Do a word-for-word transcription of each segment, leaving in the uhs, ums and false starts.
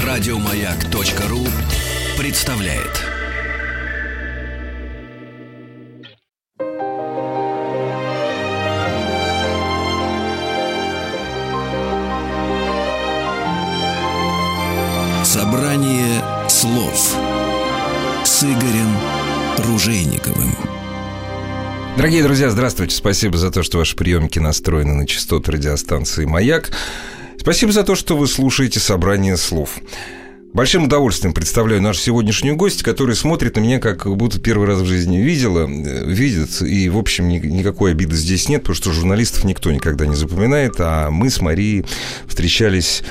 Радиомаяк.ру представляет. Собрание слов с Игорем Ружейниковым. Дорогие друзья, здравствуйте. Спасибо за то, что ваши приемники настроены на частоты радиостанции «Маяк». Спасибо за то, что вы слушаете «Собрание слов». Большим удовольствием представляю нашу сегодняшнюю гостью, которая смотрит на меня, как будто первый раз в жизни видела, видит. И, в общем, ни, никакой обиды здесь нет, потому что журналистов никто никогда не запоминает. А мы с Марией встречались,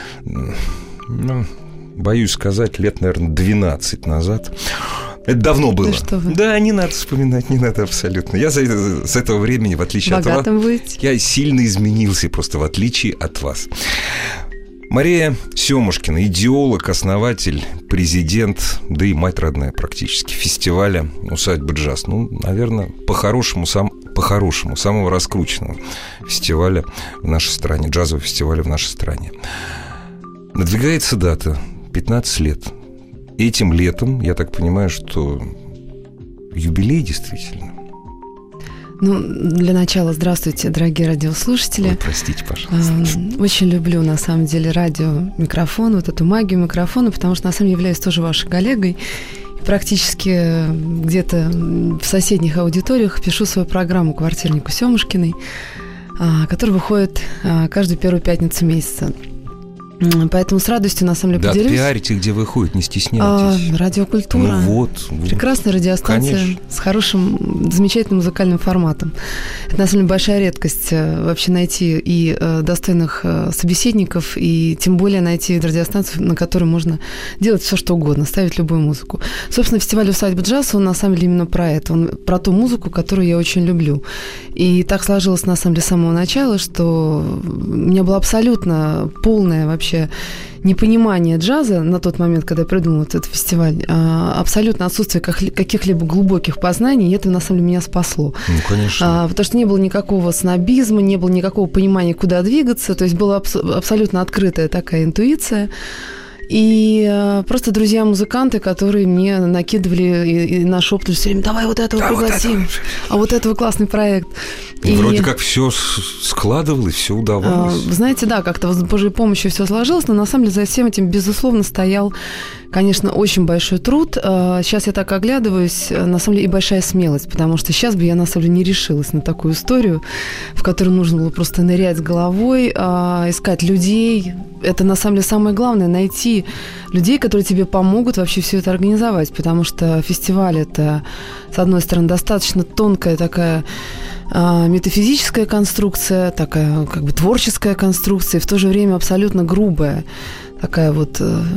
ну, боюсь сказать, лет, наверное, двенадцать назад. Это давно было. Да, да, не надо вспоминать, не надо абсолютно. Я за это, с этого времени, в отличие Богатым от вас, быть. Я сильно изменился, просто в отличие от вас. Мария Семушкина, идеолог, основатель, президент, да и мать родная практически, фестиваля «Усадьба джаз». Ну, наверное, по-хорошему, сам, по-хорошему, самого раскрученного фестиваля в нашей стране, джазового фестиваля в нашей стране. Надвигается дата, пятнадцать лет. Этим летом, я так понимаю, что юбилей действительно. Ну, для начала, здравствуйте, дорогие радиослушатели. Ой, простите, пожалуйста. Очень люблю, на самом деле, радио, микрофон, вот эту магию микрофона, потому что, на самом деле, являюсь тоже вашей коллегой. И практически где-то в соседних аудиториях пишу свою программу «Квартирнику Семушкиной», которая выходит каждую первую пятницу месяца. Поэтому с радостью, на самом деле, да, поделюсь. Да, пиарите, где выходит, не стесняйтесь. А, радиокультура. Ну вот, вот. Прекрасная радиостанция. Конечно. С хорошим, замечательным музыкальным форматом. Это, на самом деле, большая редкость вообще найти и э, достойных э, собеседников, и тем более найти радиостанцию, на которой можно делать все, что угодно, ставить любую музыку. Собственно, фестиваль «Усадьба джаз», он, на самом деле, именно про это. Он про ту музыку, которую я очень люблю. И так сложилось, на самом деле, с самого начала, что у меня была абсолютно полная вообще непонимание джаза на тот момент, когда я придумала этот фестиваль, абсолютно отсутствие каких-либо глубоких познаний, и это, на самом деле, меня спасло. Ну, конечно. Потому что не было никакого снобизма, не было никакого понимания, куда двигаться, то есть была абсолютно открытая такая интуиция. И просто друзья-музыканты, которые мне накидывали и, и нашептывали все время: давай вот этого да, пригласим, вот это. А вот этого классный проект. И, и вроде как все складывалось, все удавалось. Знаете, да, как-то с Божьей помощью все сложилось, но на самом деле за всем этим, безусловно, стоял, конечно, очень большой труд. Сейчас я так оглядываюсь, на самом деле, и большая смелость, потому что сейчас бы я, на самом деле, не решилась на такую историю, в которую нужно было просто нырять с головой, искать людей. Это, на самом деле, самое главное — найти людей, которые тебе помогут вообще все это организовать, потому что фестиваль — это, с одной стороны, достаточно тонкая такая метафизическая конструкция, такая как бы творческая конструкция, и в то же время абсолютно грубая такая вот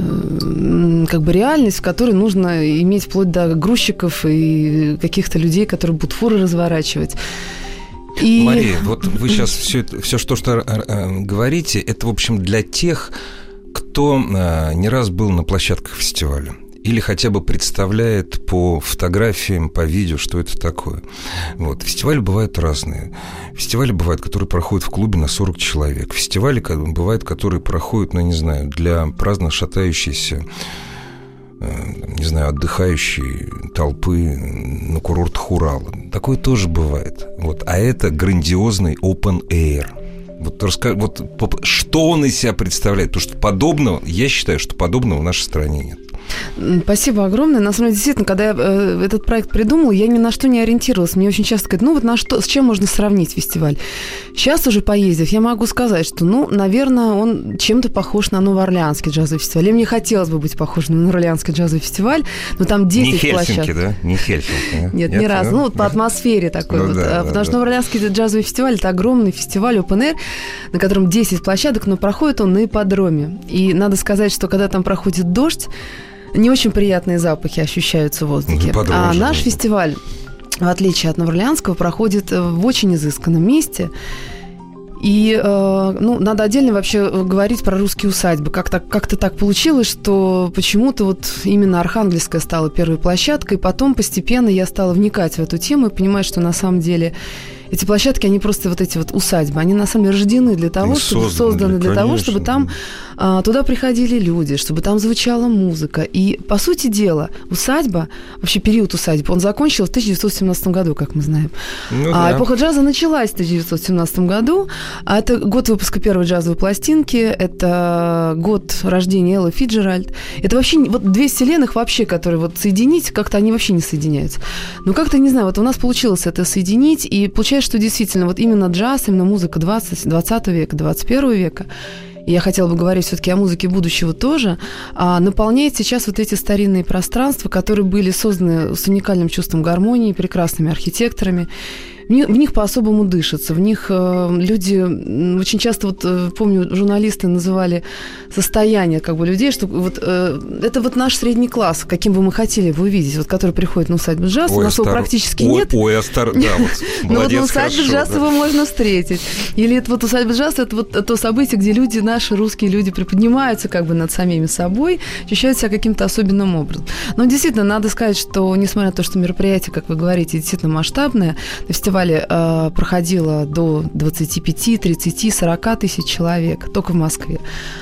как бы реальность, в которой нужно иметь вплоть до грузчиков и каких-то людей, которые будут фуры разворачивать. И... Мария, вот вы сейчас все, это, все что, что говорите, это, в общем, для тех, кто не раз был на площадках фестиваля или хотя бы представляет по фотографиям, по видео, что это такое. Вот. Фестивали бывают разные. Фестивали бывают, которые проходят в клубе на сорок человек. Фестивали бывают, которые проходят, ну, не знаю, для праздно шатающейся, не знаю, отдыхающей толпы на курортах Урала. Такое тоже бывает. Вот. А это грандиозный open air. Вот, раска... вот что он из себя представляет? Потому что подобного, я считаю, что подобного в нашей стране нет. Спасибо огромное. На самом деле, действительно, когда я э, этот проект придумала, я ни на что не ориентировалась. Мне очень часто говорят: ну вот на что, с чем можно сравнить фестиваль? Сейчас уже поездив, я могу сказать, что, ну, наверное, он чем-то похож на Новоорлеанский джазовый фестиваль. И мне хотелось бы быть похожим на Новоорлеанский джазовый фестиваль, но там десять не площадок. Не Хельсинки, да? Не Хельсинки. Нет, Нет, ни разу. Ну, вот по атмосфере такой ну, вот. Да, потому да, что да. Новоорлеанский джазовый фестиваль — это огромный фестиваль open air, на котором десять площадок, но проходит он на ипподроме. И надо сказать, что когда там проходит дождь, не очень приятные запахи ощущаются в воздухе. Ну, а наш фестиваль, в отличие от Новоорлеанского, проходит в очень изысканном месте. И, э, ну, надо отдельно вообще говорить про русские усадьбы. Как-то, как-то так получилось, что почему-то вот именно Архангельская стала первой площадкой. Потом постепенно я стала вникать в эту тему и понимать, что на самом деле эти площадки, они просто вот эти вот усадьбы, они на самом деле рождены для того, чтобы созданы, созданы для конечно. того, чтобы там а, туда приходили люди, чтобы там звучала музыка. И, по сути дела, усадьба, вообще период усадьбы, он закончился в тысяча девятьсот семнадцатом году, как мы знаем. Ну, а да. эпоха джаза началась в тысяча девятьсот семнадцатом году. А это год выпуска первой джазовой пластинки, это год рождения Эллы Фицджеральд. Это вообще вот две вселенных вообще, которые вот соединить, как-то они вообще не соединяются. Но как-то, не знаю, вот у нас получилось это соединить, и получается, что действительно вот именно джаз, именно музыка двадцатого века, двадцать первого века, и я хотела бы говорить все-таки о музыке будущего тоже, а, наполняет сейчас вот эти старинные пространства, которые были созданы с уникальным чувством гармонии, прекрасными архитекторами. В них, в них по-особому дышится, в них э, люди очень часто, вот э, помню, журналисты называли состояние как бы людей, что вот э, это вот наш средний класс, каким бы мы хотели его увидеть, вот который приходит на усадьбу джаз, у нас его практически ой, нет. Ой, а стар... да, вот, но вот на усадьбе джаз его можно встретить. Или это вот усадьба джаз, это вот то событие, где люди, наши русские люди, приподнимаются как бы над самими собой, ощущают себя каким-то особенным образом. Но действительно, надо сказать, что несмотря на то, что мероприятие, как вы говорите, действительно масштабное, на фестивале проходило до двадцати пяти, тридцати, сорока тысяч человек только в Москве.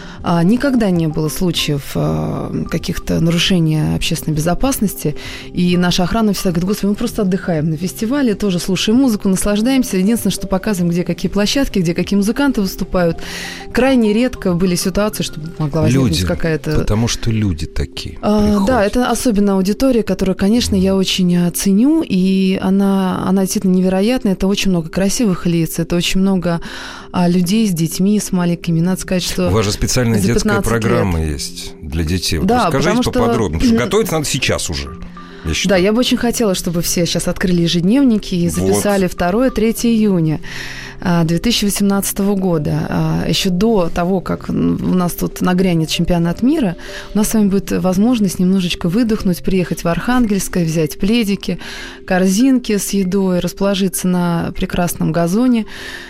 Никогда не было случаев каких-то нарушений общественной безопасности, и наша охрана всегда говорит: господи, мы просто отдыхаем на фестивале, тоже слушаем музыку, наслаждаемся. Единственное, что показываем, где какие площадки, где какие музыканты выступают. Крайне редко были ситуации, что могла возникнуть люди, какая-то... потому что люди такие а, да, это особенно аудитория, которую, конечно, я очень ценю, и она, она действительно невероятная. Это очень много красивых лиц, это очень много а, людей с детьми, с маленькими. Надо сказать, что... У вас же специально детская программа лет. Есть для детей. Вот да, расскажите поподробнее, что... что готовиться надо сейчас уже. Я да, я бы очень хотела, чтобы все сейчас открыли ежедневники и записали вот. второе-третье июня две тысячи восемнадцатого года. Еще до того, как у нас тут нагрянет чемпионат мира, у нас с вами будет возможность немножечко выдохнуть, приехать в Архангельское, взять пледики, корзинки с едой, расположиться на прекрасном газоне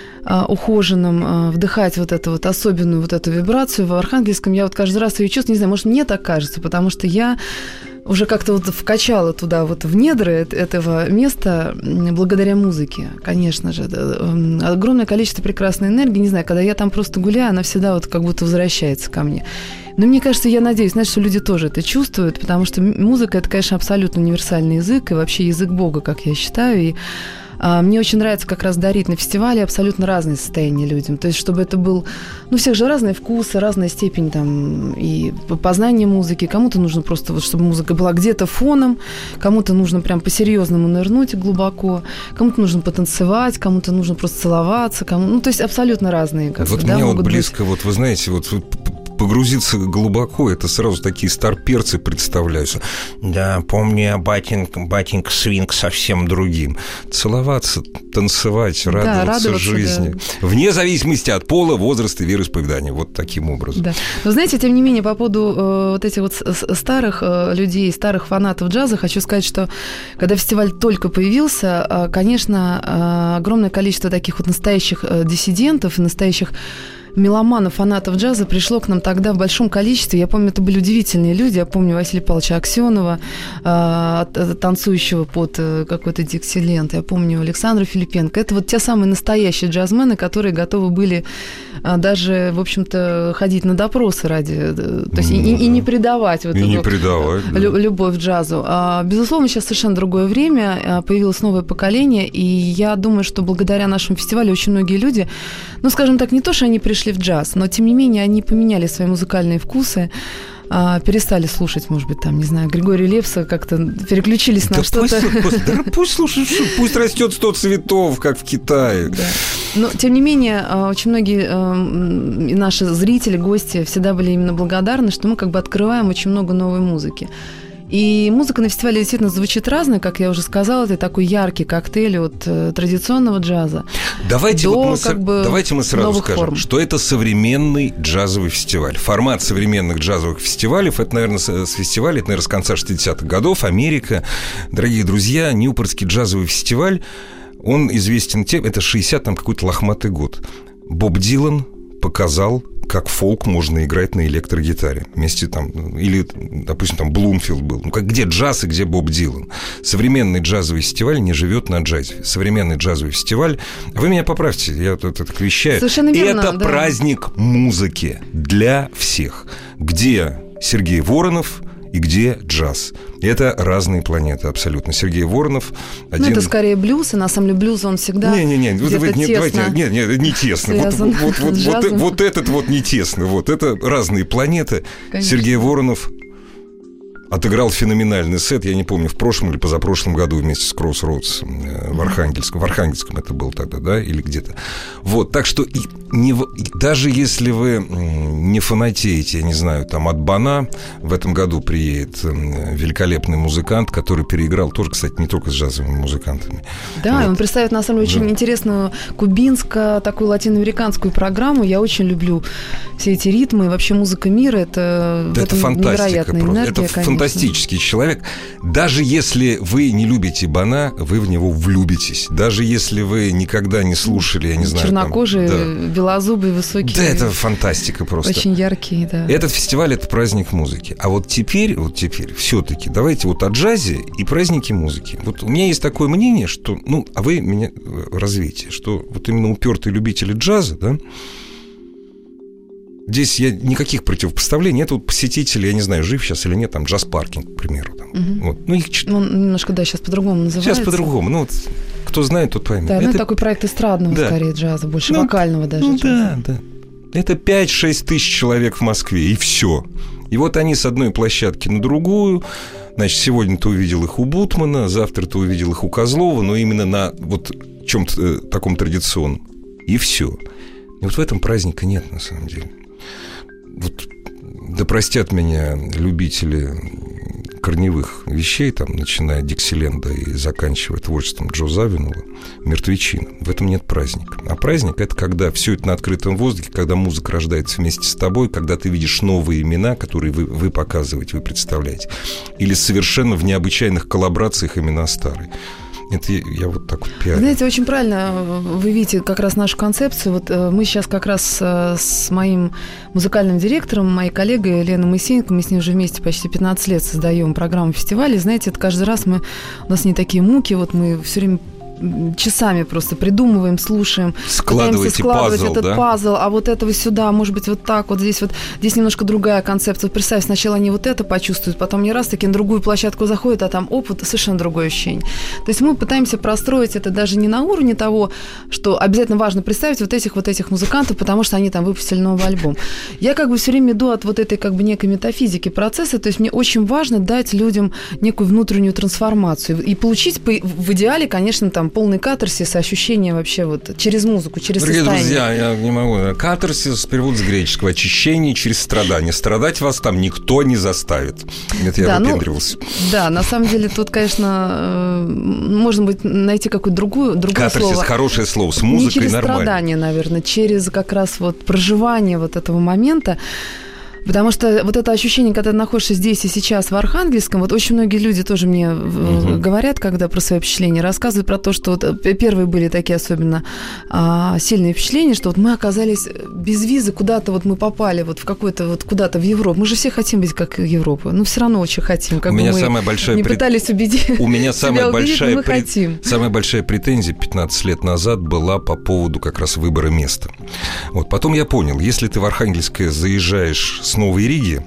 ухоженным, вдыхать вот эту вот особенную вот эту вибрацию. В Архангельском я вот каждый раз ее чувствую, не знаю, может, мне так кажется, потому что я уже как-то вот вкачала туда вот в недры этого места благодаря музыке, конечно же. Огромное количество прекрасной энергии, не знаю, когда я там просто гуляю, она всегда вот как будто возвращается ко мне. Но мне кажется, я надеюсь, знаешь, что люди тоже это чувствуют, потому что музыка – это, конечно, абсолютно универсальный язык, и вообще язык Бога, как я считаю, и мне очень нравится как раз дарить на фестивале абсолютно разные состояния людям. То есть, чтобы это был... Ну, у всех же разные вкусы, разная степень там и познания музыки. Кому-то нужно просто, вот, чтобы музыка была где-то фоном, кому-то нужно прям по-серьезному нырнуть глубоко, кому-то нужно потанцевать, кому-то нужно просто целоваться. Кому... Ну, то есть, абсолютно разные. Как вот бы, мне да, вот близко, быть... вот вы знаете, вот... погрузиться глубоко, это сразу такие старперцы представляются. Да, помню я батенька, батенька свинг совсем другим. Целоваться, танцевать, радоваться, да, радоваться жизни. Да. Вне зависимости от пола, возраста и вероисповедания. Вот таким образом. Да. Но знаете, тем не менее, по поводу э, вот этих вот старых э, людей, старых фанатов джаза, хочу сказать, что когда фестиваль только появился, э, конечно, э, огромное количество таких вот настоящих э, диссидентов, настоящих меломанов, фанатов джаза пришло к нам тогда в большом количестве. Я помню, это были удивительные люди. Я помню Василия Павловича Аксенова, э, танцующего под э, какой-то диксиленд. Я помню Александра Филипенко. Это вот те самые настоящие джазмены, которые готовы были э, даже, в общем-то, ходить на допросы ради... Э, то есть ну, и, да. и не предавать вот и эту не предавать, лю- да. любовь к джазу. А, безусловно, сейчас совершенно другое время. Появилось новое поколение, и я думаю, что благодаря нашему фестивалю очень многие люди, ну, скажем так, не то, что они пришли в джаз, но, тем не менее, они поменяли свои музыкальные вкусы, а, перестали слушать, может быть, там, не знаю, Григория Лепса, как-то переключились да на пусть, что-то... Пусть, да пусть слушают, пусть растет сто цветов, как в Китае. Да. Но, тем не менее, очень многие наши зрители, гости всегда были именно благодарны, что мы как бы открываем очень много новой музыки. И музыка на фестивале действительно звучит разная, как я уже сказала, это такой яркий коктейль от э, традиционного джаза давайте до вот мы, как бы давайте мы сразу скажем, форм. Что это современный джазовый фестиваль. Формат современных джазовых фестивалей, это, наверное, с, с фестиваля, это, наверное, с конца шестидесятых годов, Америка. Дорогие друзья, Ньюпортский джазовый фестиваль, он известен тем, это шестидесятый там какой-то лохматый год. Боб Дилан показал как фолк можно играть на электрогитаре вместе там, или, допустим, там Блумфилд был. Ну, как где джаз и где Боб Дилан. Современный джазовый фестиваль не живет на джазе. Современный джазовый фестиваль... Вы меня поправьте, я тут это вещаю. Совершенно верно, это да. праздник музыки для всех. Где Сергей Воронов и где джаз. Это разные планеты абсолютно. Сергей Воронов один... Ну, это скорее блюз, и на самом деле блюз, он всегда Не-не-не, где-то не, тесно давайте, нет, нет, не тесно. Вот, вот, вот, вот, вот, вот этот вот не тесно. Вот это разные планеты. Конечно. Сергей Воронов отыграл феноменальный сет, я не помню, в прошлом или позапрошлом году вместе с Кроссроудс в Архангельском. В Архангельском это был тогда, да, или где-то. Вот, так что и не, даже если вы не фанатеете, я не знаю, там от Бона, в этом году приедет великолепный музыкант, который переиграл тоже, кстати, не только с джазовыми музыкантами. Да, вот. Он представит, на самом деле, очень да. интересную кубинско, такую латиноамериканскую программу. Я очень люблю все эти ритмы, и вообще музыка мира, это, да, это фантастика просто. Энергия, это конечно. Фантастический человек. Даже если вы не любите Бона, вы в него влюбитесь. Даже если вы никогда не слушали, я не знаю... Чернокожие, там, да. белозубые, высокие. Да, это фантастика просто. Очень яркие, да. Этот фестиваль – это праздник музыки. А вот теперь, вот теперь все-таки давайте вот о джазе и празднике музыки. Вот у меня есть такое мнение, что... Ну, а вы меня развейте, что вот именно упертые любители джаза, да, здесь я никаких противопоставлений. Это вот посетители, я не знаю, жив сейчас или нет, там джаз-паркинг, к примеру. Там. Угу. Вот. Ну, их... ну, немножко, да, сейчас по-другому называется. Сейчас по-другому. Ну, вот, кто знает, тот поймет. Да, это... ну, такой проект эстрадного, да. скорее, джаза, больше ну, вокального даже ну, джаза. Да, да. Это пять-шесть тысяч человек в Москве, и все. И вот они с одной площадки на другую. Значит, сегодня ты увидел их у Бутмана, завтра ты увидел их у Козлова, но именно на вот чем-то таком традиционном. И все. И вот в этом праздника нет, на самом деле. Вот, да простят меня любители корневых вещей, там, начиная от Диксиленда и заканчивая творчеством Джо Завинула, мертвечина. В этом нет праздника. А праздник – это когда все это на открытом воздухе, когда музыка рождается вместе с тобой, когда ты видишь новые имена, которые вы, вы показываете, вы представляете. Или совершенно в необычайных коллаборациях имена старые. Это я, я вот так вот пиарю. Знаете, очень правильно вы видите как раз нашу концепцию. Вот мы сейчас как раз с моим музыкальным директором, моей коллегой Леной Моисеенко, мы с ней уже вместе почти пятнадцать лет создаем программу фестиваля. Знаете, это каждый раз мы, у нас не такие муки, вот мы все время часами просто придумываем, слушаем, пытаемся складывать пазл, этот да? пазл, а вот этого сюда, может быть, вот так, вот здесь вот, здесь немножко другая концепция. Вот представь, сначала они вот это почувствуют, потом не раз таки на другую площадку заходят, а там, оп, вот совершенно другое ощущение. То есть мы пытаемся простроить это даже не на уровне того, что обязательно важно представить вот этих вот этих музыкантов, потому что они там выпустили новый альбом. Я как бы все время иду от вот этой как бы некой метафизики процесса, то есть мне очень важно дать людям некую внутреннюю трансформацию и получить в идеале, конечно, там полный катарсис, ощущение вообще вот через музыку, через Дорогие состояние. Друзья, я не могу. Катарсис перевод с греческого. Очищение через страдания. Страдать вас там никто не заставит. Это я да, выпендривался. Ну, да, на самом деле тут, конечно, можно будет найти какую-то другую, другое Катарсис, слово. Хорошее слово. С музыкой не через нормально. Страдания, наверное, через как раз вот проживание вот этого момента. Потому что вот это ощущение, когда ты находишься здесь и сейчас в Архангельском, вот очень многие люди тоже мне uh-huh. говорят, когда про свои впечатления, рассказывают про то, что вот первые были такие особенно а, сильные впечатления, что вот мы оказались без визы, куда-то вот мы попали вот в какой-то вот куда-то в Европу. Мы же все хотим быть как Европа, но все равно очень хотим. Как У бы меня мы самая большая не прет... пытались убедить. У меня самая большая, мы прет... хотим. самая большая претензия пятнадцать лет назад была по поводу как раз выбора места. Вот. Потом я понял, если ты в Архангельское заезжаешь с Новой Риги,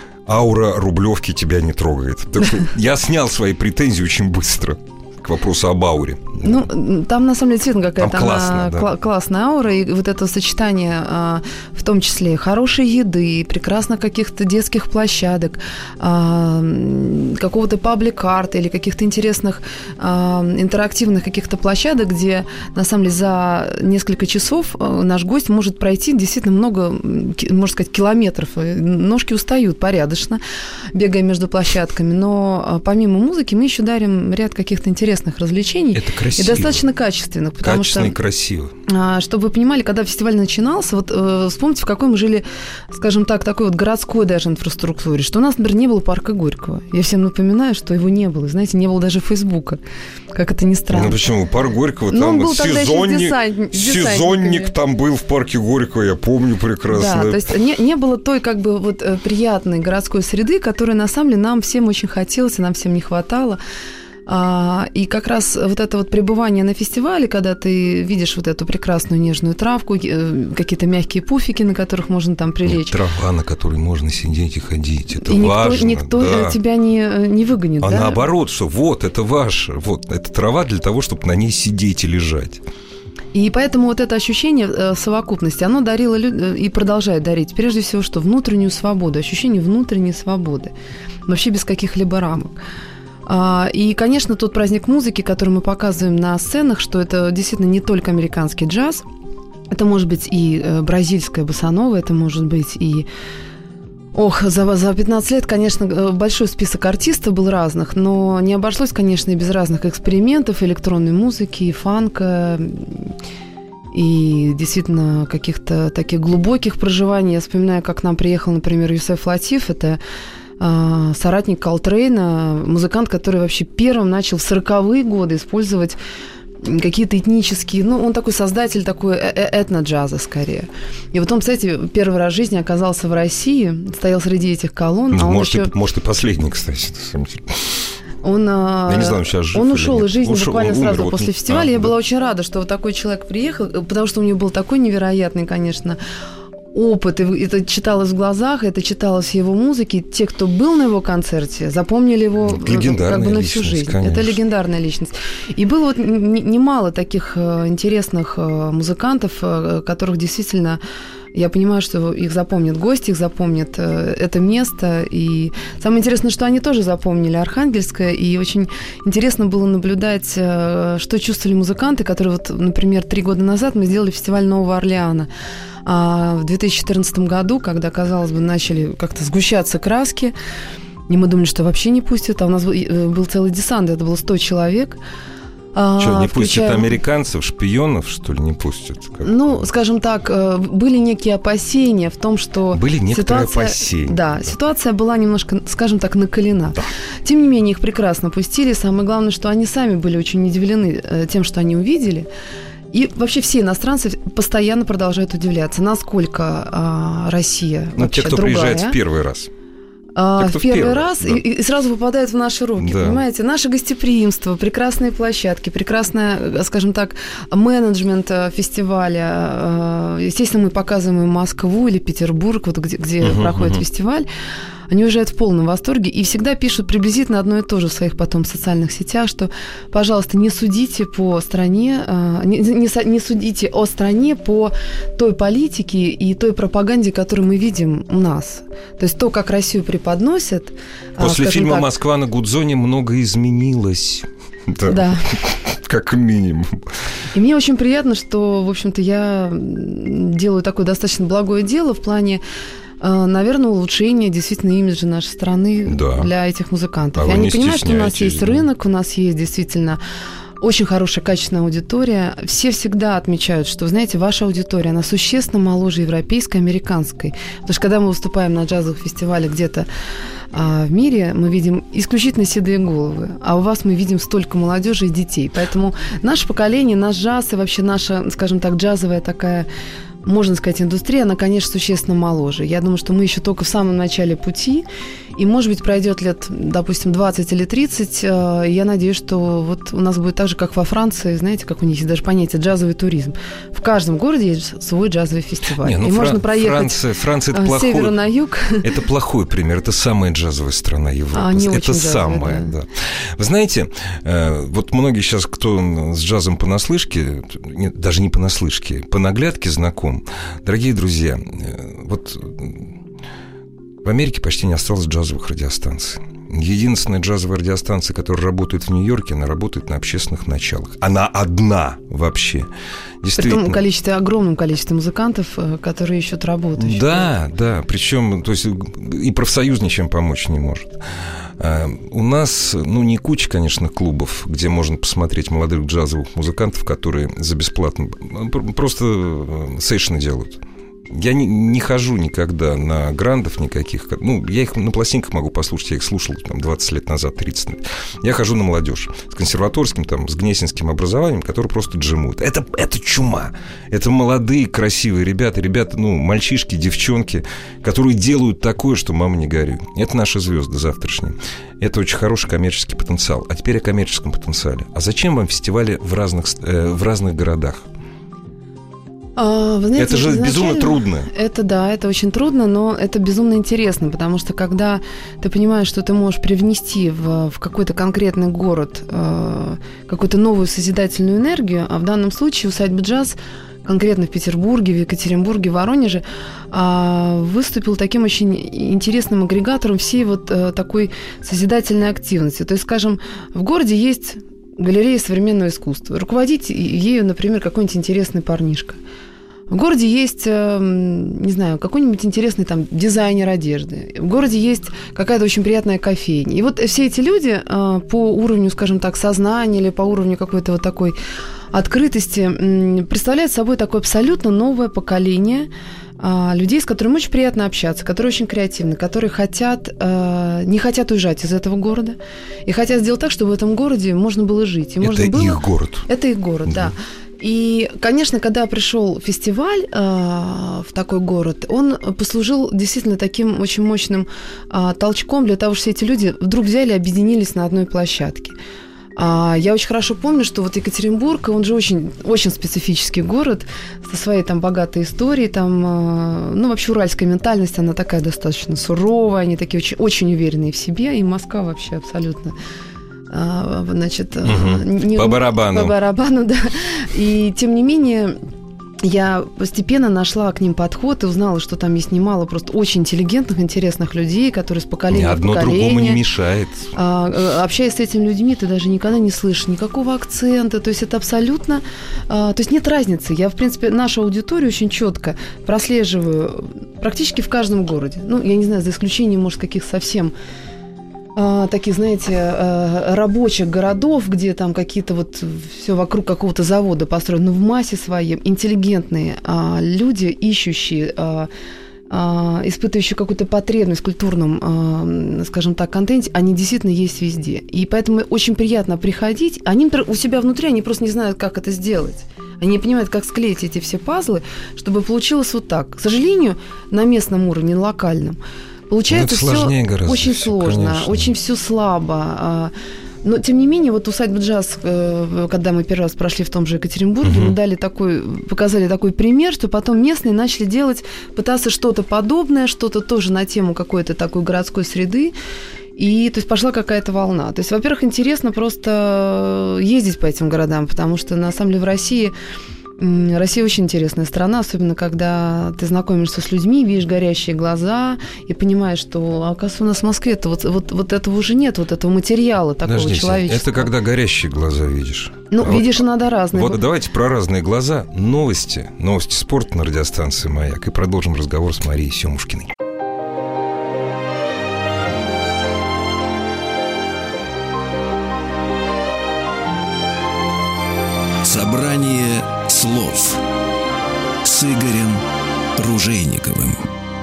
аура Рублевки тебя не трогает. Так что я снял свои претензии очень быстро к вопросу об ауре. Ну, там, на самом деле, действительно какая-то классно, она, да. кла- классная аура, и вот это сочетание, а, в том числе хорошей еды, прекрасно каких-то детских площадок, а, какого-то паблик-арта или каких-то интересных а, интерактивных каких-то площадок, где, на самом деле, за несколько часов наш гость может пройти действительно много, можно сказать, километров. Ножки устают порядочно, бегая между площадками, но помимо музыки мы еще дарим ряд каких-то интересных интересных развлечений. Это красиво. И достаточно качественных. Потому Качественно что, и красиво. Чтобы вы понимали, когда фестиваль начинался, вот э, вспомните, в какой мы жили, скажем так, такой вот городской даже инфраструктуре, что у нас, например, не было парка Горького. Я всем напоминаю, что его не было. Знаете, не было даже Фейсбука. Как это ни странно. Ну почему? Парк Горького, Но там был сезонник, десант... сезонник там был в парке Горького, я помню прекрасно. Да, то есть не, не было той как бы вот приятной городской среды, которой на самом деле нам всем очень хотелось, и нам всем не хватало. А, и как раз вот это вот пребывание на фестивале, когда ты видишь вот эту прекрасную нежную травку, какие-то мягкие пуфики, на которых можно там прилечь. Нет, трава, на которой можно сидеть и ходить, это и важно. Никто, никто да. тебя не, не выгонит, а да? наоборот, что вот, это ваше, вот, это трава для того, чтобы на ней сидеть и лежать. И поэтому вот это ощущение совокупности, оно дарило и продолжает дарить, прежде всего, что внутреннюю свободу, ощущение внутренней свободы, вообще без каких-либо рамок. И, конечно, тот праздник музыки, который мы показываем на сценах, что это действительно не только американский джаз, это может быть и бразильская босанова, это может быть и... Ох, за, за пятнадцать лет, конечно, большой список артистов был разных, но не обошлось, конечно, и без разных экспериментов, электронной музыки, и фанка, и действительно каких-то таких глубоких проживаний. Я вспоминаю, как к нам приехал, например, Юсеф Латиф, это э, соратник Колтрейна, музыкант, который вообще первым начал в сороковые годы использовать какие-то этнические... Ну, он такой создатель такой этно-джаза, скорее. И вот он, кстати, первый раз в жизни оказался в России, стоял среди этих колонн. Ну, а он может, еще... и, может, и последний, кстати. Он, Я не знаю, он сейчас жив он ушел из жизни ушел, буквально умер, сразу вот, после фестиваля. а, Я да. была очень рада, что вот такой человек приехал, потому что у него был такой невероятный, конечно, опыт, и это читалось в глазах, это читалось в его музыке. Те, кто был на его концерте, запомнили его как бы на всю жизнь. Конечно. Это легендарная личность. И было вот немало таких интересных музыкантов, которых действительно... Я понимаю, что их запомнят гости, их запомнят это место. И самое интересное, что они тоже запомнили Архангельское. И очень интересно было наблюдать, что чувствовали музыканты, которые, вот, например, три года назад мы сделали фестиваль Нового Орлеана. А в две тысячи четырнадцатом году, когда, казалось бы, начали как-то сгущаться краски, и мы думали, что вообще не пустят, а у нас был, был целый десант, это было сто человек. Что, не включая... пустят американцев, шпионов, что ли, не пустят? Как-то? Ну, скажем так, были некие опасения в том, что... Были некоторые ситуация... опасения. Да, да, ситуация была немножко, скажем так, накалена. Да. Тем не менее, их прекрасно пустили. Самое главное, что они сами были очень удивлены тем, что они увидели. И вообще все иностранцы постоянно продолжают удивляться, насколько а, Россия ну, вообще те, кто другая. приезжает в первый раз. А, в первый, первый раз да. и, и сразу попадает в наши руки, да. Понимаете? Наше гостеприимство, прекрасные площадки, прекрасный, скажем так, менеджмент фестиваля. Естественно, мы показываем Москву или Петербург, вот где, где uh-huh, проходит uh-huh. фестиваль. Они уезжают в полном восторге и всегда пишут приблизительно одно и то же в своих потом социальных сетях, что, пожалуйста, не судите по стране, не, не, не судите о стране по той политике и той пропаганде, которую мы видим у нас. То есть то, как Россию преподносят... После фильма так, «Москва на Гудзоне» многое изменилось. Да. да. Как минимум. И мне очень приятно, что, в общем-то, я делаю такое достаточно благое дело в плане, наверное, улучшение действительно имиджа нашей страны да. для этих музыкантов. А и они понимают, что у нас есть да? рынок, у нас есть действительно очень хорошая, качественная аудитория. Все всегда отмечают, что, знаете, ваша аудитория, она существенно моложе европейской, американской. Потому что когда мы выступаем на джазовых фестивалях где-то а, в мире, мы видим исключительно седые головы, а у вас мы видим столько молодежи и детей. Поэтому наше поколение, наш джаз и вообще наша, скажем так, джазовая такая... можно сказать, индустрия, она, конечно, существенно моложе. Я думаю, что мы еще только в самом начале пути, и, может быть, пройдет лет, допустим, двадцать или тридцать. Я надеюсь, что вот у нас будет так же, как во Франции, знаете, как у них есть даже понятие джазовый туризм. В каждом городе есть свой джазовый фестиваль. Не, ну, и Фран... можно проехать Франция, Франция это с плохой... севера на юг. Это плохой пример. Это самая джазовая страна Европы. А, не это очень самая, джазовая, да. да. Вы знаете, вот многие сейчас, кто с джазом понаслышке, даже не понаслышке, по наглядке знаком, дорогие друзья, вот в Америке почти не осталось джазовых радиостанций. единственная джазовая радиостанция, которая работает в Нью-Йорке, она работает на общественных началах. Она одна вообще. При том количестве, огромном количестве музыкантов, которые ищут работу. Да, да, причем, то есть и профсоюз ничем помочь не может. У нас, ну, не куча, конечно, клубов, где можно посмотреть молодых джазовых музыкантов, которые за бесплатно просто сейшны делают. Я не, не хожу никогда на грандов никаких. Ну, я их на пластинках могу послушать, я их слушал там, двадцать лет назад, тридцать лет. Я хожу на молодежь с консерваторским, там, с гнесинским образованием, которые просто джемуют. Это, это чума. Это молодые, красивые ребята, ребята, ну, мальчишки, девчонки, которые делают такое, что мама не горюй. Это наши звезды завтрашние. Это очень хороший коммерческий потенциал. А теперь о коммерческом потенциале. А зачем вам фестивали в разных, э, в разных городах? А, вы знаете, это же безумно трудно. Это да, это очень трудно, но это безумно интересно, потому что когда ты понимаешь, что ты можешь привнести в, в какой-то конкретный город э, какую-то новую созидательную энергию, а в данном случае усадьба «Джаз» конкретно в Петербурге, в Екатеринбурге, в Воронеже э, выступил таким очень интересным агрегатором всей вот э, такой созидательной активности. То есть, скажем, в городе есть галерея современного искусства. Руководить ею, например, какой-нибудь интересный парнишка. В городе есть, не знаю, какой-нибудь интересный там дизайнер одежды. В городе есть какая-то очень приятная кофейня. И вот все эти люди по уровню, скажем так, сознания или по уровню какой-то вот такой открытости представляют собой такое абсолютно новое поколение людей, с которыми очень приятно общаться, которые очень креативны, которые хотят, не хотят уезжать из этого города и хотят сделать так, чтобы в этом городе можно было жить. И это можно было... их город. Это их город, да. да. И, конечно, когда пришел фестиваль э, в такой город, он послужил действительно таким очень мощным э, толчком для того, что все эти люди вдруг взяли и объединились на одной площадке. А я очень хорошо помню, что вот Екатеринбург, он же очень, очень специфический город со своей там богатой историей, там, ну, вообще уральская ментальность, она такая достаточно суровая, они такие очень, очень уверенные в себе, и Москва вообще абсолютно... Значит, угу. не, по барабану. По барабану, да. И тем не менее, я постепенно нашла к ним подход и узнала, что там есть немало просто очень интеллигентных, интересных людей, которые с поколения в поколение... Ни одно другому не мешает. Общаясь с этими людьми, ты даже никогда не слышишь никакого акцента. То есть это абсолютно... То есть нет разницы. Я, в принципе, нашу аудиторию очень четко прослеживаю практически в каждом городе. Ну, я не знаю, за исключением, может, каких совсем... таких, знаете, рабочих городов, где там какие-то вот все вокруг какого-то завода построено, но в массе своей интеллигентные люди, ищущие, испытывающие какую-то потребность в культурном, скажем так, контенте, они действительно есть везде. И поэтому очень приятно приходить. Они у себя внутри, они просто не знают, как это сделать. Они не понимают, как склеить эти все пазлы, чтобы получилось вот так. К сожалению, на местном уровне, на локальном, получается все очень всё, сложно, конечно. очень все слабо. Но, тем не менее, вот усадьба «Джаз», когда мы первый раз прошли в том же Екатеринбурге, угу. мы дали такой, показали такой пример, что потом местные начали делать, пытаться что-то подобное, что-то тоже на тему какой-то такой городской среды. И, то есть, пошла какая-то волна. То есть, во-первых, интересно просто ездить по этим городам, потому что, на самом деле, в России... Россия очень интересная страна, особенно когда ты знакомишься с людьми, видишь горящие глаза и понимаешь, что, оказывается, у нас в Москве-то вот, вот, вот этого уже нет, вот этого материала такого Подождите, человеческого. это когда горящие глаза видишь. Ну, а видишь, вот, иногда разные. Вот давайте про разные глаза. Новости. Новости спорта на радиостанции «Маяк». И продолжим разговор с Марией Сёмушкиной. Собрание слов с Игорем Ружейниковым.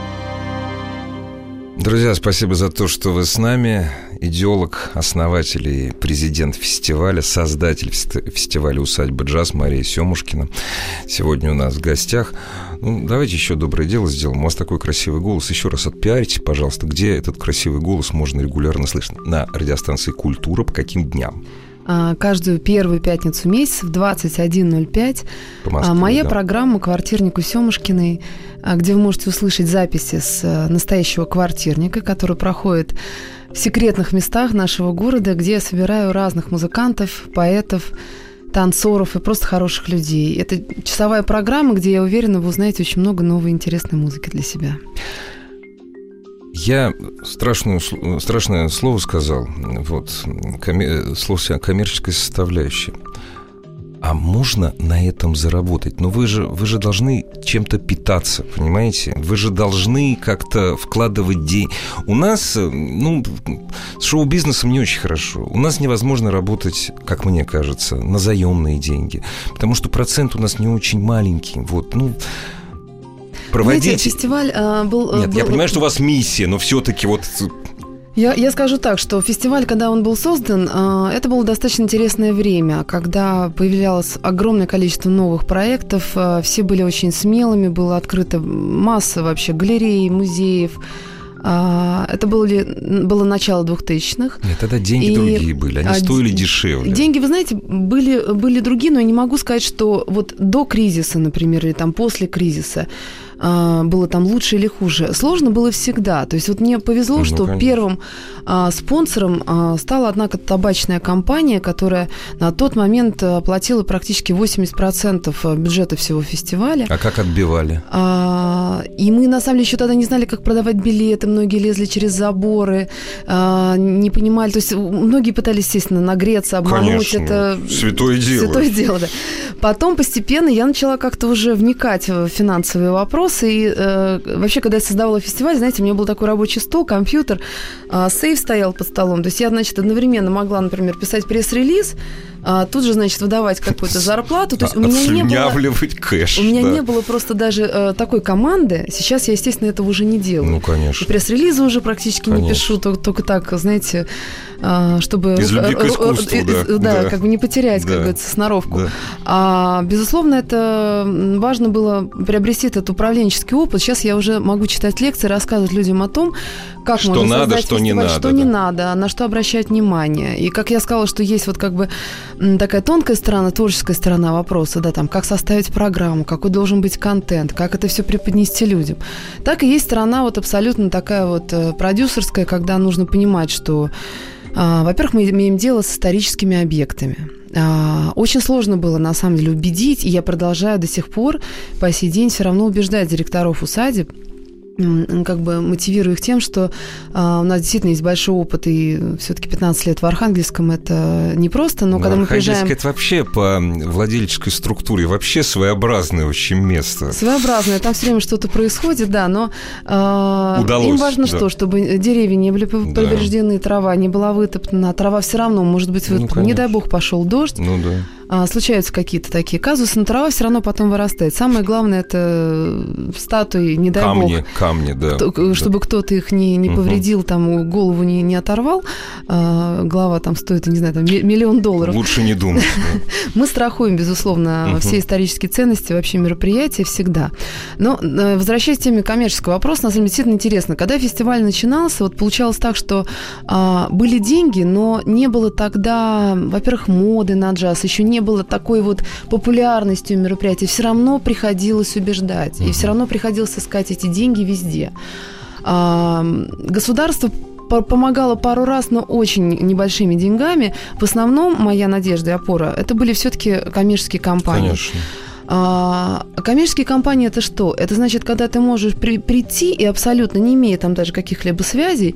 Друзья, спасибо за то, что вы с нами. Идеолог, основатель и президент фестиваля, создатель фестиваля «Усадьба Джаз» Мария Сёмушкина сегодня у нас в гостях. Ну, давайте еще доброе дело сделаем. У вас такой красивый голос. Еще раз отпиарите, пожалуйста, где этот красивый голос можно регулярно слышать? На радиостанции «Культура» по каким дням? Каждую первую пятницу месяца в двадцать один ноль пять Москве, моя да. программа «Квартирник у Сёмушкиной», где вы можете услышать записи с настоящего квартирника, который проходит в секретных местах нашего города, где я собираю разных музыкантов, поэтов, танцоров и просто хороших людей. Это часовая программа, где, я уверена, вы узнаете очень много новой интересной музыки для себя. Я страшную, страшное слово сказал, вот, коммер, слово коммерческая составляющая. А можно на этом заработать? Но вы же, вы же должны чем-то питаться, понимаете? Вы же должны как-то вкладывать деньги. У нас, ну, с шоу-бизнесом не очень хорошо. У нас невозможно работать, как мне кажется, на заемные деньги, потому что процент у нас не очень маленький. Вот, ну... Проводить... Знаете, фестиваль а, был... Нет, был... я понимаю, что у вас миссия, но все-таки вот... Я, я скажу так, что фестиваль, когда он был создан, это было достаточно интересное время, когда появлялось огромное количество новых проектов, все были очень смелыми, была открыта масса вообще галерей, музеев. Это было, было начало двухтысячных. Нет, тогда деньги и другие были, они стоили дешевле. Деньги, вы знаете, были, были другие, но я не могу сказать, что вот до кризиса, например, или там после кризиса было там лучше или хуже. Сложно было всегда. То есть вот мне повезло, ну, что конечно. Первым а, спонсором а, стала, однако, табачная компания, которая на тот момент оплатила практически восемьдесят процентов бюджета всего фестиваля. А как отбивали? А, и мы, на самом деле, еще тогда не знали, как продавать билеты. Многие лезли через заборы, а, не понимали. То есть многие пытались, естественно, нагреться, обмануть. Конечно. Это святое дело. Святое дело, да. Потом постепенно я начала как-то уже вникать в финансовые вопросы. И э, вообще, когда я создавала фестиваль, знаете, у меня был такой рабочий стол, компьютер, э, сейф стоял под столом. То есть я, значит, одновременно могла, например, писать пресс-релиз, а тут же, значит, выдавать какую-то зарплату. То есть у меня не было, кэш, у меня да. не было просто даже э, такой команды. Сейчас я, естественно, этого уже не делаю. Ну, конечно. И пресс-релизы уже практически конечно. Не пишу, только, только так, знаете, э, чтобы... Из любви к искусству, э, да. Да, да, как бы не потерять, да. как говорится, сноровку. Да. А, безусловно, это важно было приобрести этот управленческий опыт. Сейчас я уже могу читать лекции, рассказывать людям о том, как что можно надо, создать что фестиваль, не надо, что да. не надо, на что обращать внимание. И как я сказала, что есть вот как бы такая тонкая сторона, творческая сторона вопроса, да, там, как составить программу, какой должен быть контент, как это все преподнести людям. Так и есть сторона вот абсолютно такая вот продюсерская, когда нужно понимать, что, а, во-первых, мы имеем дело с историческими объектами. А, очень сложно было, на самом деле, убедить, и я продолжаю до сих пор, по сей день, все равно убеждать директоров усадеб, как бы мотивирую их тем, что а, у нас действительно есть большой опыт, и все-таки пятнадцать лет в Архангельском это непросто, но, но когда мы приезжаем... это вообще по владельческой структуре вообще своеобразное очень место. Своеобразное, там все время что-то происходит, да, но а, Удалось, им важно да. что, чтобы деревья не были повреждены, да. трава не была вытоптана, трава все равно может быть вытоптана, ну, не дай бог пошел дождь. Ну да. А, случаются какие-то такие казусы, но трава все равно потом вырастает. Самое главное, это статуи, не дай камни, бог. Камни, да. Кто, чтобы да. кто-то их не, не повредил, угу. там голову не, не оторвал. А, голова там стоит, не знаю, там, миллион долларов. Лучше не думать. Мы страхуем, безусловно, все исторические ценности, вообще мероприятия всегда. Но, возвращаясь к теме коммерческого вопроса, на самом деле действительно интересно. Когда фестиваль начинался, вот получалось так, что а, были деньги, но не было тогда, во-первых, моды на джаз, еще не было такой вот популярностью мероприятия, все равно приходилось убеждать, uh-huh. и все равно приходилось искать эти деньги везде. А, государство помогало пару раз, но очень небольшими деньгами. В основном моя надежда и опора – это были все-таки коммерческие компании. Конечно. А коммерческие компании – это что? Это значит, когда ты можешь при, прийти и абсолютно, не имея там даже каких-либо связей,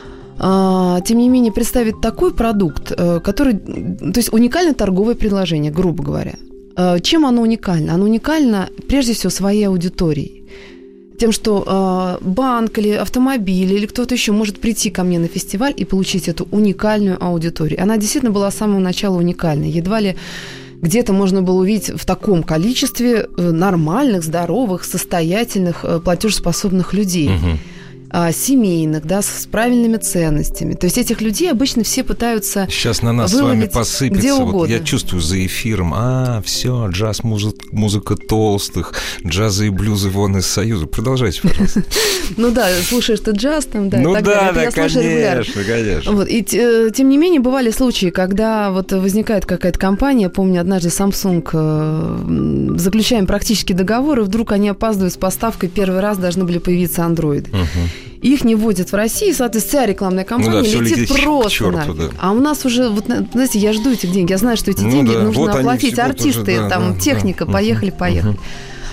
тем не менее, представить такой продукт, который, то есть уникальное торговое предложение, грубо говоря. Чем оно уникально? Оно уникально, прежде всего, своей аудиторией. Тем, что банк или автомобиль или кто-то еще может прийти ко мне на фестиваль и получить эту уникальную аудиторию. Она действительно была с самого начала уникальной. Едва ли где-то можно было увидеть в таком количестве нормальных, здоровых, состоятельных, платежеспособных людей. Угу. Семейных, да, с правильными ценностями. То есть этих людей обычно все пытаются сейчас на нас с вами посыпется. Где угодно. Вот я чувствую за эфиром, а, все, джаз, музыка, музыка толстых, джазы и блюзы вон из Союза. Продолжайте, пожалуйста. Ну да, слушаешь ты джаз там, да, ну и так да, далее. да, конечно, конечно. Вот. И тем не менее бывали случаи, когда вот возникает какая-то компания, помню, однажды Samsung, заключаем практически договор, и вдруг они опаздывают с поставкой, первый раз должны были появиться андроиды. Их не вводят в России, соответственно, вся рекламная кампания ну да, летит просто черту, нафиг. Да. А у нас уже, вот, знаете, я жду этих денег, я знаю, что эти ну деньги да, нужно вот оплатить, артисты, уже, да, там, да, техника, да, поехали, угу, поехали. Угу.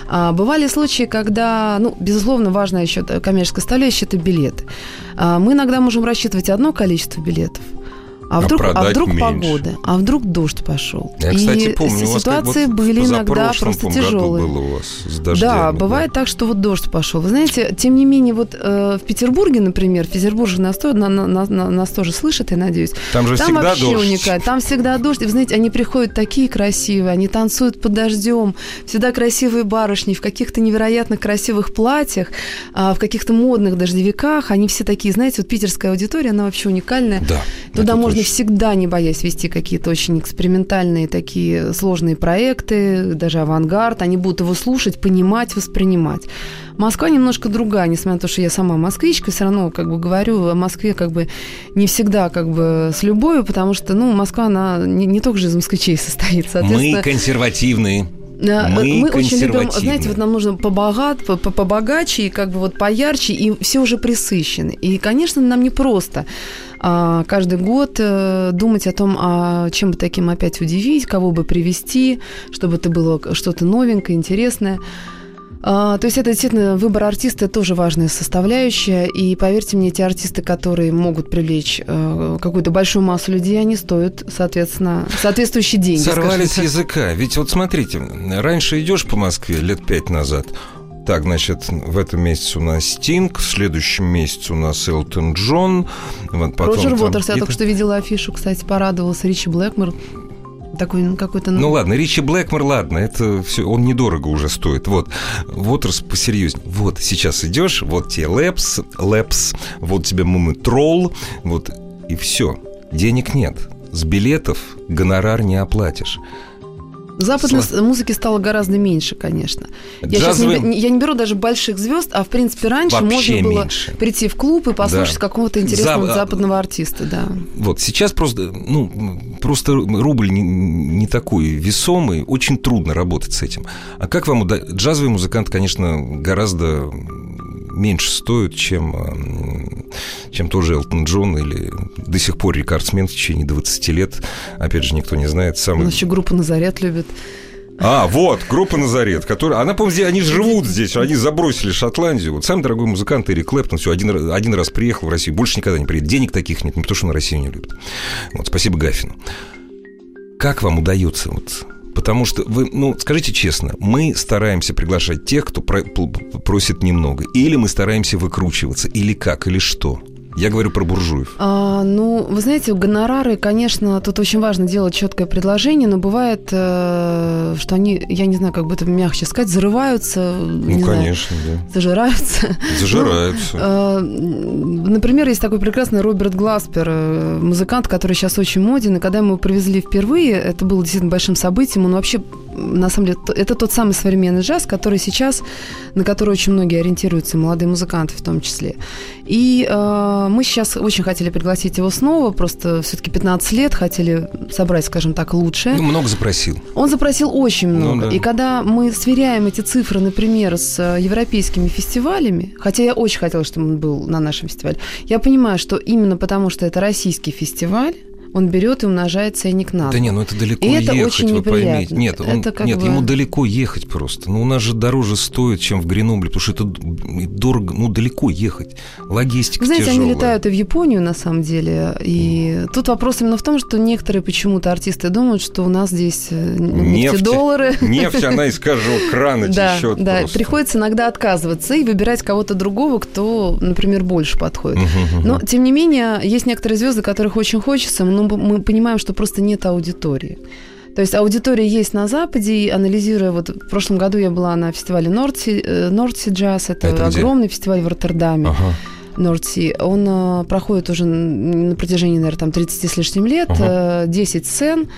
А, бывали случаи, когда, ну, безусловно, важная еще коммерческая составляющая – это билеты. А, мы иногда можем рассчитывать одно количество билетов, А вдруг, а, а вдруг погода, а вдруг дождь пошел. Я, и кстати, помню, у вас ситуации вот были иногда просто тяжелые. Было у вас с дождями, да, бывает да. так, что вот дождь пошел. Вы знаете, тем не менее, вот э, в Петербурге, например, Петербург нас, на, на, на, нас тоже слышит, я надеюсь. Там же там всегда вообще дождь. Уникально. Там всегда дождь. И вы знаете, они приходят такие красивые, они танцуют под дождем, всегда красивые барышни в каких-то невероятно красивых платьях, э, в каких-то модных дождевиках. Они все такие, знаете, вот питерская аудитория, она вообще уникальная. Да, туда можно точно. всегда не боясь вести какие-то очень экспериментальные такие сложные проекты, даже авангард, они будут его слушать, понимать, воспринимать. Москва немножко другая, несмотря на то, что я сама москвичка, все равно как бы говорю о Москве как бы не всегда как бы с любовью, потому что, ну, Москва, она не, не только же из москвичей состоит, соответственно. Мы консервативные. Мы, мы очень любим, знаете, вот нам нужно побогат, побогаче и как бы вот поярче, и все уже присыщены. И, конечно, нам не просто а, каждый год думать о том, а чем бы таким опять удивить, кого бы привести, чтобы это было что-то новенькое, интересное. А, то есть это действительно выбор артиста – это тоже важная составляющая. И поверьте мне, те артисты, которые могут привлечь э, какую-то большую массу людей, они стоят, соответственно, соответствующие деньги. Сорвались с языка. Ведь вот смотрите, раньше идешь по Москве лет пять назад. Так, значит, в этом месяце у нас Стинг, в следующем месяце у нас Элтон Джон. Вот потом Роджер там... Уотерс, я только что видела афишу, кстати, порадовался, Ричи Блэкмор. Такой, ну, какой-то... Ну, ладно, Ричи Блэкмор, ладно, это все, он недорого уже стоит. Вот, Уотерс посерьезнее. Вот, сейчас идешь, вот тебе Лэпс, Лэпс, вот тебе Мумитрол, вот, и все. Денег нет. С билетов гонорар не оплатишь. Западной Сла... музыки стало гораздо меньше, конечно. Я, Джазовый... сейчас не, я не беру даже больших звезд, а в принципе раньше Вообще можно было меньше. Прийти в клуб и послушать да. какого-то интересного За... западного артиста, да. Вот сейчас просто, ну, просто рубль не, не такой весомый, очень трудно работать с этим. А как вам уда... джазовый музыкант, конечно, гораздо меньше стоит, чем, чем тоже Элтон Джон или до сих пор рекордсмен в течение двадцати лет. Опять же, никто не знает. Самый... У нас еще группа «Назарет» любит. А, вот, группа «Назарет», которая... Она, по-моему, они живут здесь, они забросили Шотландию. Вот самый дорогой музыкант Эрик Клэптон, все, один, один раз приехал в Россию, больше никогда не приедет. Денег таких нет, не потому что он Россию не любит. Вот, спасибо Гафину. Как вам удается вот... Потому что вы, ну, скажите честно, мы стараемся приглашать тех, кто про- просит немного. Или мы стараемся выкручиваться, или как, или что? Я говорю про буржуев. А, ну, вы знаете, гонорары, конечно, тут очень важно делать четкое предложение, но бывает, э, что они, я не знаю, как бы это мягче сказать, зарываются, ну, не конечно, знаю, да. зажираются. Зажираются. Ну, э, например, есть такой прекрасный Роберт Гласпер, музыкант, который сейчас очень моден, и когда мы его привезли впервые, это было действительно большим событием, он вообще, на самом деле, это тот самый современный джаз, который сейчас, на который очень многие ориентируются, молодые музыканты в том числе. И э, мы сейчас очень хотели пригласить его снова, просто все-таки пятнадцать лет хотели собрать, скажем так, лучшее. Ну, много запросил. Он запросил очень много. Ну, да. И когда мы сверяем эти цифры, например, с европейскими фестивалями, хотя я очень хотела, чтобы он был на нашем фестивале, я понимаю, что именно потому, что это российский фестиваль, он берет и умножает ценник на два. Да не, ну это далеко и ехать, это очень вы неприятно. поймите. Нет, он, это как нет бы... ему далеко ехать просто. Ну, у нас же дороже стоит, чем в Гренобле, потому что это дорого, ну, далеко ехать. Логистика Вы знаете, тяжелая. они летают и в Японию, на самом деле. И mm. тут вопрос именно в том, что некоторые почему-то артисты думают, что у нас здесь нефтедоллары. Нефть, она из каждого крана течет. Да, да, приходится иногда отказываться и выбирать кого-то другого, кто, например, больше подходит. Но, тем не менее, есть некоторые звезды, которых очень хочется, но мы понимаем, что просто нет аудитории. То есть аудитория есть на Западе, и анализируя, вот в прошлом году я была на фестивале Нордси Джаз, это, это огромный фестиваль в Роттердаме. Ага. Нордси, он а, проходит уже на протяжении, наверное, там тридцать с лишним лет, ага. десять сцен,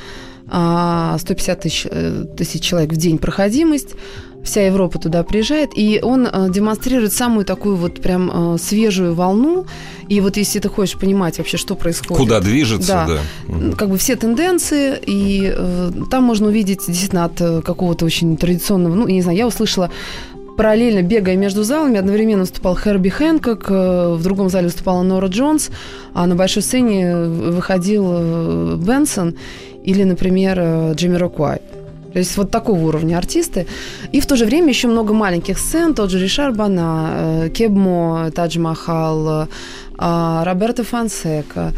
а, сто пятьдесят тысяч, тысяч человек в день проходимость. Вся Европа туда приезжает, и он э, демонстрирует самую такую вот прям э, свежую волну. И вот если ты хочешь понимать вообще, что происходит... Куда движется, да. да. Как бы все тенденции, и э, там можно увидеть действительно от э, какого-то очень традиционного... Ну, я не знаю, я услышала параллельно, бегая между залами, одновременно выступал Херби Хэнкок, э, в другом зале выступала Нора Джонс, а на большой сцене выходил э, Бенсон или, например, э, Джамироквай. То есть вот такого уровня артисты. И в то же время еще много маленьких сцен. Тот же Ришар Бана, Кебмо, Тадж Махал, Роберто Фонсека.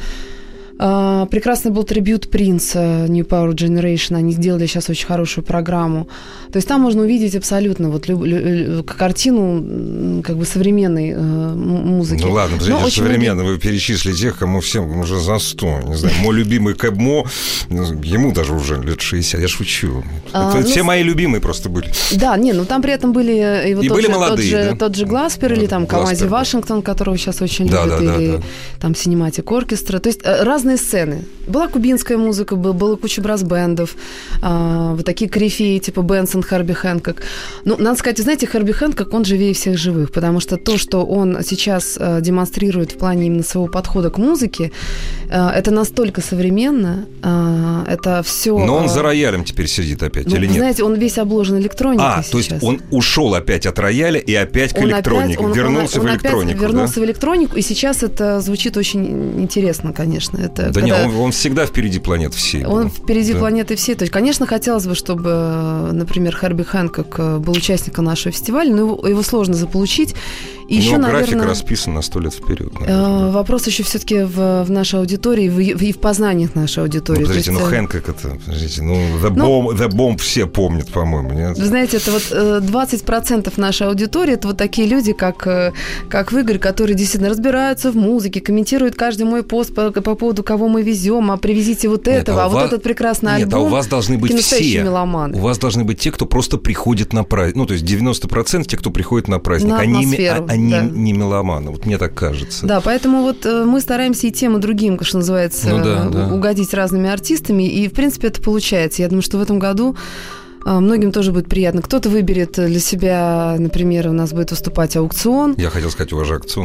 Прекрасный был трибют Принца, New Power Generation. Они сделали сейчас очень хорошую программу. То есть там можно увидеть абсолютно вот люб, люб, картину как бы современной э, музыки. Ну ладно, подождите, современно вы перечислили тех, кому всем уже за сто. Не знаю, мой любимый Кэбмо, ему даже уже лет шестьдесят. Я шучу. А, Это ну, все мои любимые просто были. Да, не, ну там при этом были и, вот и тот, были же, молодые, тот, да? же, тот же Гласпер, или там Камази Вашингтон, которого сейчас очень да, любят, да, или да, да. там Cinematic Orchestra. То есть разные сцены. Была кубинская музыка, был, была куча брас-бендов, а, вот такие корифеи, типа Бенсон, Харби Хэнкок. Ну, надо сказать, знаете, Харби Хэнкок, он живее всех живых, потому что то, что он сейчас а, демонстрирует в плане именно своего подхода к музыке, а, это настолько современно, а, это все. Но он а... за роялем теперь сидит опять, ну, или нет? Знаете, он весь обложен электроникой а, сейчас. То есть он ушел опять от рояля и опять к он электронике, опять, он, он, вернулся он в электронику, опять вернулся да? в электронику, и сейчас это звучит очень интересно, конечно. Это да когда... нет, он, он всегда впереди планеты всей. Он был. впереди да. планеты всей. То есть, конечно, хотелось бы, чтобы, например, Харби Хэнкок был участником нашего фестиваля, но его, его сложно заполучить. И еще, но график наверное, расписан на сто лет вперед. Наверное. Вопрос еще все-таки в, в нашей аудитории, в, и в познаниях нашей аудитории. Ну, подождите, есть, ну Хэнкок это, подождите, ну The, ну, Bomb, The Bomb все помнят, по-моему, нет? Вы знаете, это вот двадцать процентов нашей аудитории, это вот такие люди, как, как Игорь, которые действительно разбираются в музыке, комментируют каждый мой пост по, по поводу, кого мы везем, а привезите вот нет, этого, а, а вас... вот этот прекрасный нет, альбом. Нет, а у вас должны быть все. Меломаны. У вас должны быть те, кто просто приходит на праздник. Ну, то есть девяносто процентов те, кто приходит на праздник. На они атмосферу, они да. не меломаны. Вот мне так кажется. Да, поэтому вот мы стараемся и тем, и другим, что называется, ну, да, да. угодить разными артистами, и, в принципе, это получается. Я думаю, что в этом году многим тоже будет приятно. Кто-то выберет для себя, например, у нас будет выступать аукцион. Я хотел сказать, у вас же аукцион.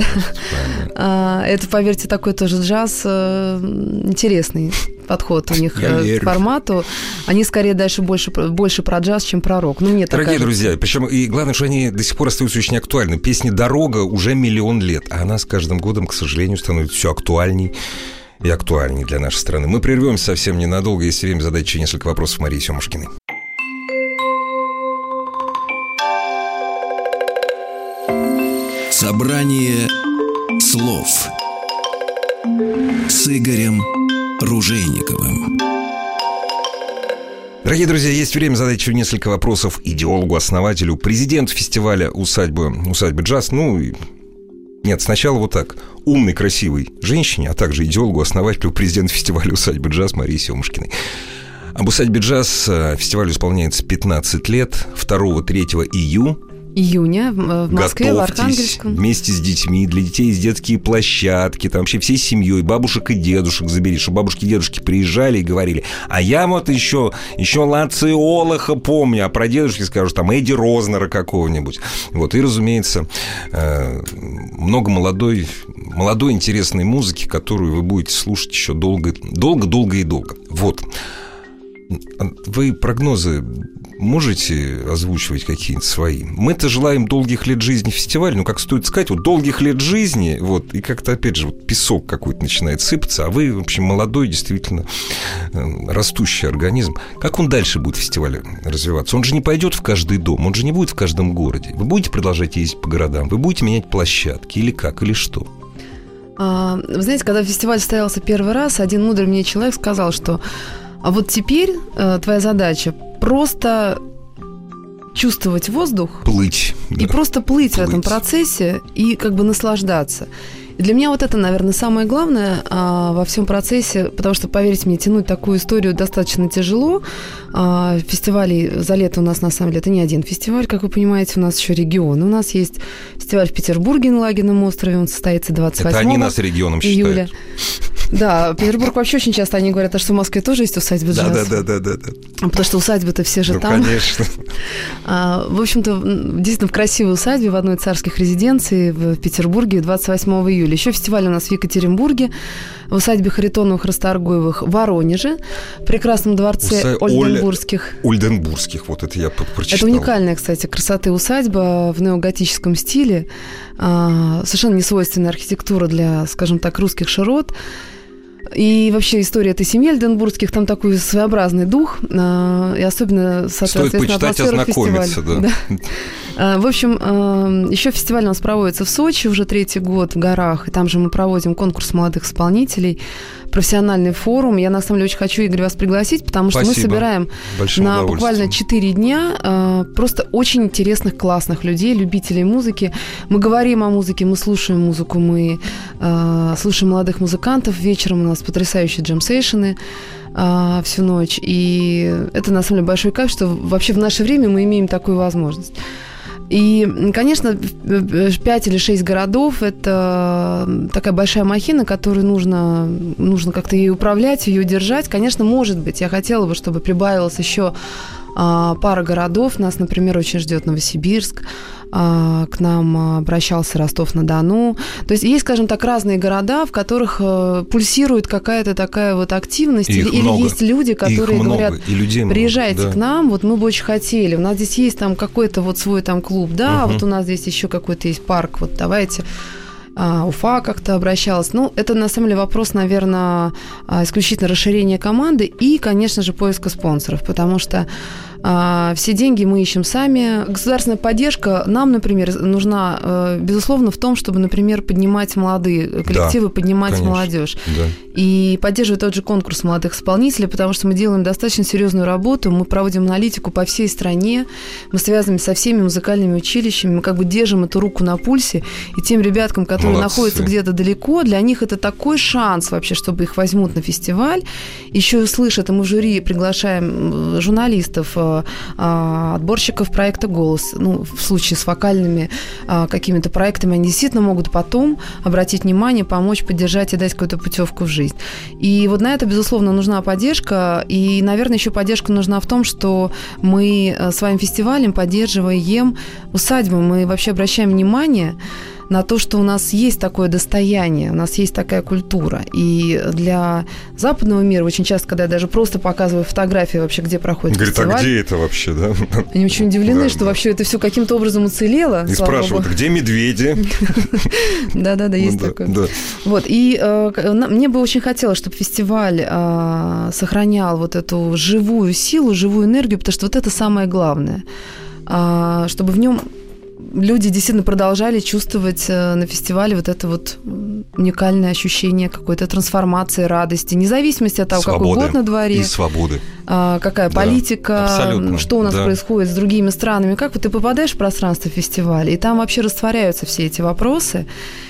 Это, поверьте, такой тоже джаз интересный подход у них к формату. Они скорее дальше больше, больше про джаз, чем про рок. Ну, мне так Дорогие кажется. друзья, причем и главное, что они до сих пор остаются очень актуальны. Песня «Дорога» уже миллион лет, а она с каждым годом, к сожалению, становится все актуальней и актуальней для нашей страны. Мы прервемся совсем ненадолго, есть время задать еще несколько вопросов Марии Семушкиной. Собрание слов с Игорем Ружейниковым. Дорогие друзья, есть время задать еще несколько вопросов идеологу, основателю, президенту фестиваля «Усадьба, усадьба джаз». Ну, нет, сначала вот так. Умной, красивой женщине, а также идеологу, основателю, президенту фестиваля «Усадьба джаз» Марии Семушкиной. Об «Усадьбе джаз» фестивалю исполняется пятнадцать лет, второго-третьего июня. Июня в Москве, Готовьтесь в Архангельском. Вместе с детьми, для детей есть детские площадки, там вообще всей семьей, бабушек и дедушек забери, чтобы бабушки и дедушки приезжали и говорили, а я вот еще, еще Лаци Олаха помню, а про дедушки скажу, там Эдди Рознера какого-нибудь. Вот, и, разумеется, много молодой, молодой интересной музыки, которую вы будете слушать еще долго, долго, долго и долго. Вот. Вы прогнозы можете озвучивать какие-нибудь свои? Мы-то желаем долгих лет жизни фестиваля, ну, как стоит сказать, вот долгих лет жизни, вот, и как-то, опять же, вот песок какой-то начинает сыпаться, а вы, в общем, молодой, действительно растущий организм. Как он дальше будет фестиваль развиваться? Он же не пойдет в каждый дом, он же не будет в каждом городе. Вы будете продолжать ездить по городам, вы будете менять площадки или как, или что? Вы знаете, когда фестиваль состоялся первый раз, один мудрый мне человек сказал, что а вот теперь э, твоя задача просто чувствовать воздух. Плыть. И да. просто плыть, плыть в этом процессе и как бы наслаждаться. И для меня вот это, наверное, самое главное а, во всем процессе, потому что, поверьте мне, тянуть такую историю достаточно тяжело. А, фестивалей за лето у нас, на самом деле, это не один фестиваль, как вы понимаете, у нас еще регион. У нас есть фестиваль в Петербурге на Лагерном острове, он состоится двадцать восьмого июля. Это они нас регионом июля. Считают. Да, Петербург вообще очень часто они говорят, а что в Москве тоже есть усадьба джаз. Да, да, да, да, да. Потому что усадьбы-то все же ну, там. Конечно. А, в общем-то, действительно, в красивой усадьбе в одной из царских резиденций в Петербурге двадцать восьмого июля. Еще фестиваль у нас в Екатеринбурге, в усадьбе Харитоновых Расторгуевых в Воронеже, в прекрасном дворце Уса... Ольденбургских. Ольденбургских, вот это я прочитал. Это уникальная, кстати, красоты усадьба в неоготическом стиле, совершенно несвойственная архитектура для, скажем так, русских широт. И вообще история этой семьи Эльденбургских, там такой своеобразный дух, и особенно, соответственно, атмосфера фестиваля. Да. Да. В общем, еще фестиваль у нас проводится в Сочи уже третий год в горах, и там же мы проводим конкурс молодых исполнителей, профессиональный форум. Я, на самом деле, очень хочу, Игорь, вас пригласить, потому что Спасибо. мы собираем Большим на буквально четыре дня просто очень интересных, классных людей, любителей музыки. Мы говорим о музыке, мы слушаем музыку, мы слушаем молодых музыкантов. Вечером у нас потрясающие джем-сейшены всю ночь. И это, на самом деле, большой кайф, что вообще в наше время мы имеем такую возможность. И, конечно, пять или шесть городов – это такая большая махина, которой нужно, нужно как-то ей управлять, ее держать. Конечно, может быть, я хотела бы, чтобы прибавилось еще пара городов. Нас, например, очень ждет Новосибирск. К нам обращался Ростов-на-Дону. То есть есть, скажем так, разные города, в которых пульсирует какая-то такая вот активность. Или, или есть люди, которые говорят, приезжайте да. к нам, вот мы бы очень хотели. У нас здесь есть там какой-то вот свой там клуб, да, угу. вот у нас здесь еще какой-то есть парк, вот давайте. Уфа как-то обращалась. Ну, это, на самом деле, вопрос, наверное, исключительно расширения команды и, конечно же, поиска спонсоров, потому что а, все деньги мы ищем сами. Государственная поддержка нам, например, нужна, безусловно, в том, чтобы, например, поднимать молодые коллективы, да, поднимать конечно, молодежь. Да. И поддерживать тот же конкурс молодых исполнителей, потому что мы делаем достаточно серьезную работу, мы проводим аналитику по всей стране, мы связываемся со всеми музыкальными училищами, мы как бы держим эту руку на пульсе, и тем ребяткам, которые Молодцы. находятся где-то далеко, для них это такой шанс вообще, чтобы их возьмут на фестиваль. Еще и услышат, и мы в жюри приглашаем журналистов, отборщиков проекта «Голос». Ну, в случае с вокальными какими-то проектами они действительно могут потом обратить внимание, помочь, поддержать и дать какую-то путевку в жизнь. И вот на это, безусловно, нужна поддержка. И, наверное, еще поддержка нужна в том, что мы своим фестивалем поддерживаем усадьбу. Мы вообще обращаем внимание на то, что у нас есть такое достояние, у нас есть такая культура. И для западного мира очень часто, когда я даже просто показываю фотографии вообще, где проходит Говорит, фестиваль... Говорит, а где это вообще, да? Они очень удивлены, да, что да. вообще это все каким-то образом уцелело. И спрашивают, где медведи? Да-да-да, есть такое. Вот, и мне бы очень хотелось, чтобы фестиваль сохранял вот эту живую силу, живую энергию, потому что вот это самое главное. Чтобы в нем люди действительно продолжали чувствовать на фестивале вот это вот уникальное ощущение какой-то трансформации, радости, независимости от того, свободы какой год на дворе. И свободы. Какая да, политика, абсолютно. Что у нас да. происходит с другими странами. Как вот ты попадаешь в пространство фестиваля, и там вообще растворяются все эти вопросы.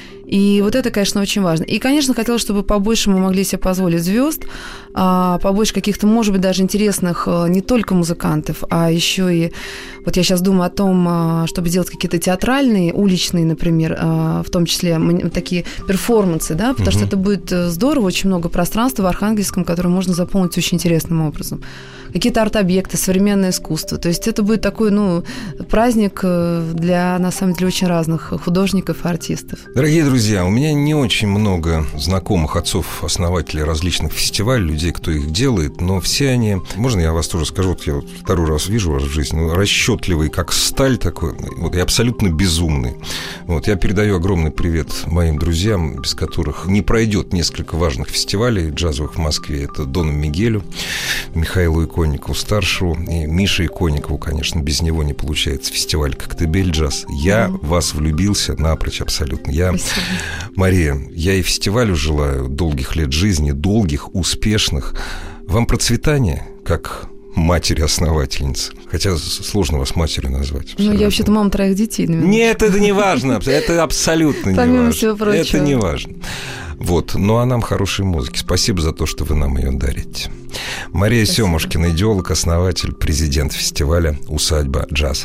И вот это, конечно, очень важно. И, конечно, хотелось, чтобы побольше мы могли себе позволить звезд, побольше каких-то, может быть, даже интересных не только музыкантов, а еще и... Вот я сейчас думаю о том, чтобы делать какие-то театральные, уличные, например, в том числе такие перформансы, да, потому угу. что это будет здорово, очень много пространства в Архангельском, которое можно заполнить очень интересным образом. Какие-то арт-объекты, современное искусство. То есть это будет такой, ну, праздник для, на самом деле, очень разных художников и артистов. Дорогие друзья, у меня не очень много знакомых отцов-основателей различных фестивалей, людей, кто их делает, но все они... Можно я вас тоже скажу? Вот я вот второй раз вижу вас в жизни. Ну, расчетливый, как сталь такой, вот, и абсолютно безумный. Вот, я передаю огромный привет моим друзьям, без которых не пройдет несколько важных фестивалей джазовых в Москве. Это Дону Мигелю, Михаилу Иконникову-старшему и Мише Иконникову, конечно, без него не получается фестиваль «Коктебель джаз». Я mm-hmm. в вас влюбился напрочь абсолютно. Я, Спасибо. Мария, я и фестивалю желаю долгих лет жизни, долгих, успешных. Вам процветания, как матери-основательницы. Хотя сложно вас матерью назвать. Ну, я вообще-то мама троих детей. Наверное. Нет, это не важно. Это абсолютно не важно. Помимо всего прочего. Это не важно. Вот. Ну, а нам хорошей музыки. Спасибо за то, что вы нам ее дарите. Мария Спасибо. Семушкина, идеолог, основатель, президент фестиваля «Усадьба джаз».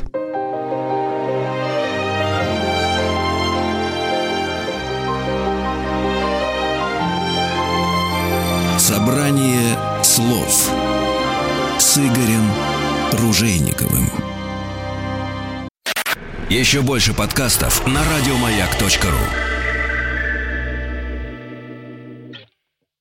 Собрание слов с Игорем Ружейниковым. Еще больше подкастов на радиомаяк точка ру.